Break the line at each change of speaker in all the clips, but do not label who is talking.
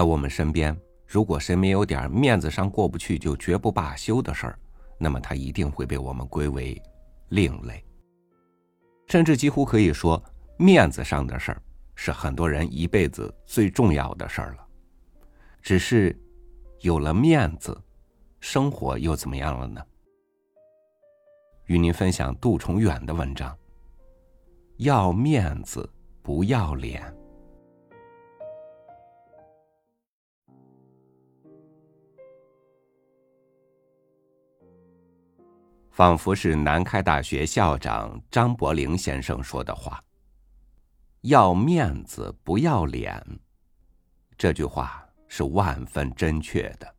在我们身边，如果谁没有点面子上过不去就绝不罢休的事儿，那么他一定会被我们归为另类。甚至几乎可以说，面子上的事儿是很多人一辈子最重要的事儿了。只是有了面子，生活又怎么样了呢？与您分享杜重远的文章，要面子不要脸。仿佛是南开大学校长张伯苓先生说的话，要面子不要脸，这句话是万分真确的。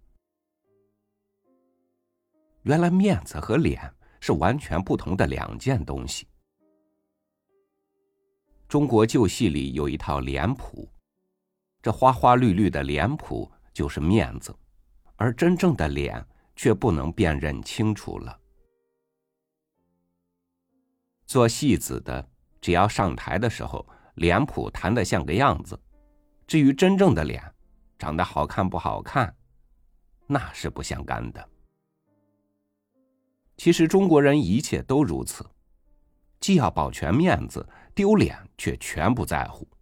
原来面子和脸是完全不同的两件东西。中国旧戏里有一套脸谱，这花花绿绿的脸谱就是面子，而真正的脸却不能辨认清楚了。做戏子的，只要上台的时候脸谱弹得像个样子，至于真正的脸长得好看不好看，那是不相干的。其实中国人一切都如此，既要保全面子，丢脸却全不在乎。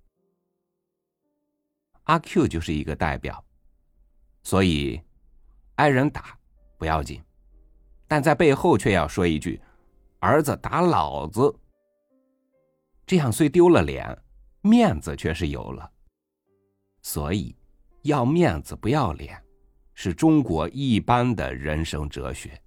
阿 Q 就是一个代表。所以挨人打不要紧，但在背后却要说一句儿子打老子，这样虽丢了脸，面子却是有了。所以要面子不要脸，是中国一般的人生哲学。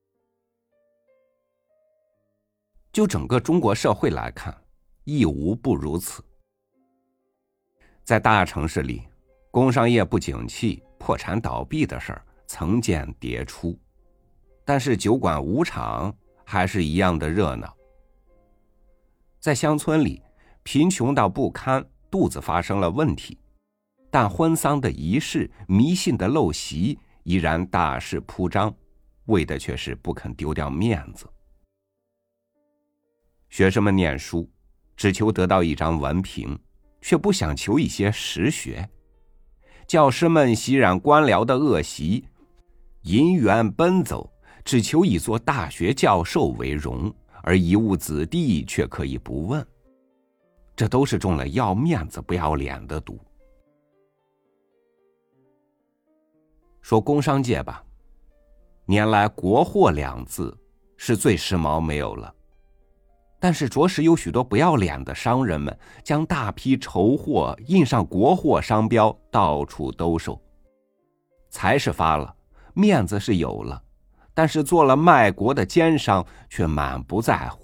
就整个中国社会来看，亦无不如此。在大城市里，工商业不景气、破产倒闭的事儿层见迭出，但是酒馆舞场还是一样的热闹。在乡村里，贫穷到不堪，肚子发生了问题，但婚丧的仪式、迷信的陋习依然大肆铺张，为的却是不肯丢掉面子。学生们念书，只求得到一张文凭，却不想求一些实学。教师们习染官僚的恶习，银元奔走，只求以做大学教授为荣，而遗物子弟却可以不问。这都是中了要面子不要脸的毒。说工商界吧，年来国货两字是最时髦没有了，但是着实有许多不要脸的商人们将大批筹货印上国货商标，到处兜售。财是发了，面子是有了，但是做了卖国的奸商却满不在乎。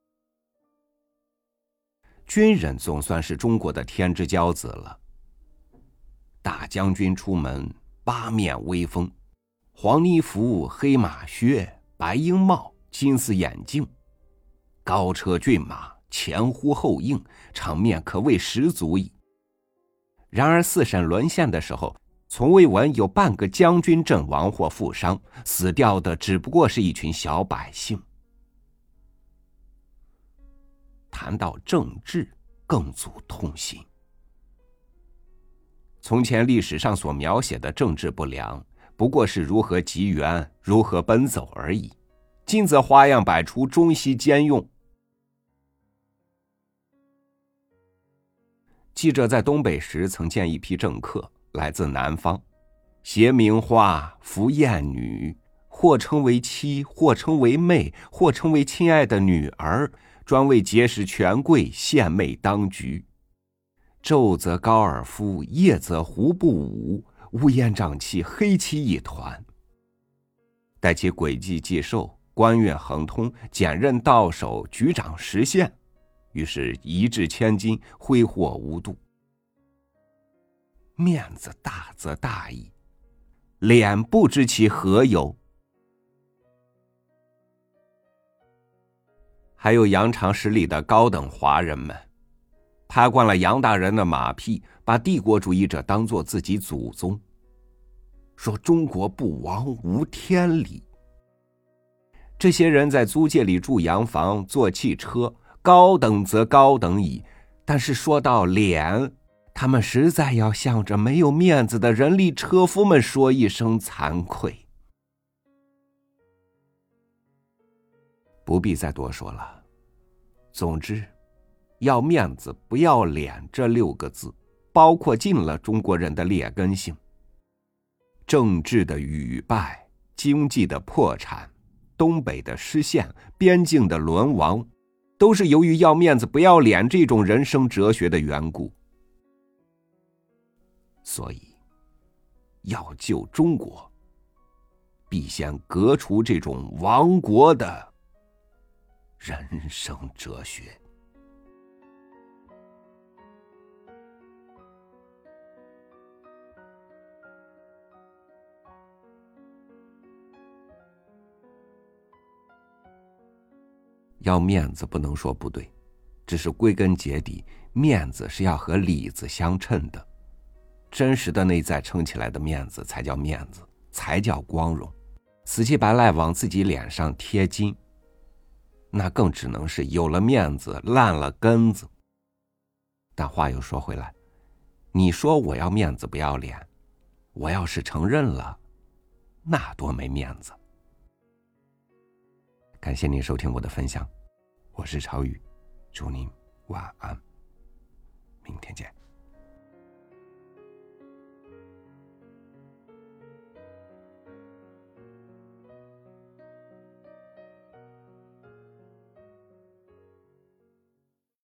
军人总算是中国的天之骄子了。大将军出门，八面威风，黄呢服、黑马靴、白缨帽、金丝眼镜，高车骏马，前呼后应，场面可谓十足矣。然而四省沦陷的时候，从未闻有半个将军阵亡或负伤，死掉的只不过是一群小百姓。谈到政治，更足痛心。从前历史上所描写的政治不良，不过是如何急援、如何奔走而已，今则花样百出，中西兼用。记者在东北时曾见一批政客来自南方，携名花，服艳女，或称为妻，或称为妹，或称为亲爱的女儿，专为结识权贵，献媚当局。昼则高尔夫，夜则胡步舞，乌烟瘴气，黑漆一团。待其诡计既受，官运亨通，检任到手，局长实现，于是一掷千金，挥霍无度。面子大则大矣，脸不知其何由。还有羊肠十里的高等华人们，拍惯了杨大人的马屁，把帝国主义者当作自己祖宗，说中国不亡无天理。这些人在租界里住洋房，坐汽车，高等则高等矣，但是说到脸， 他们实在要向着没有面子的人力车夫们说一声惭愧。不必再多说了。总之，要面子不要脸这6个字，包括尽了中国人的劣根性。政治的腐败，经济的破产，东北的失陷，边境的沦亡，都是由于要面子不要脸这种人生哲学的缘故。所以，要救中国，必先革除这种亡国的人生哲学。要面子不能说不对，只是归根结底，面子是要和里子相称的。真实的内在撑起来的面子才叫面子，才叫光荣。死乞白赖往自己脸上贴金，那更只能是有了面子烂了根子。但话又说回来，你说我要面子不要脸，我要是承认了，那多没面子。感谢您收听我的分享，我是超宇，祝您晚安，明天见。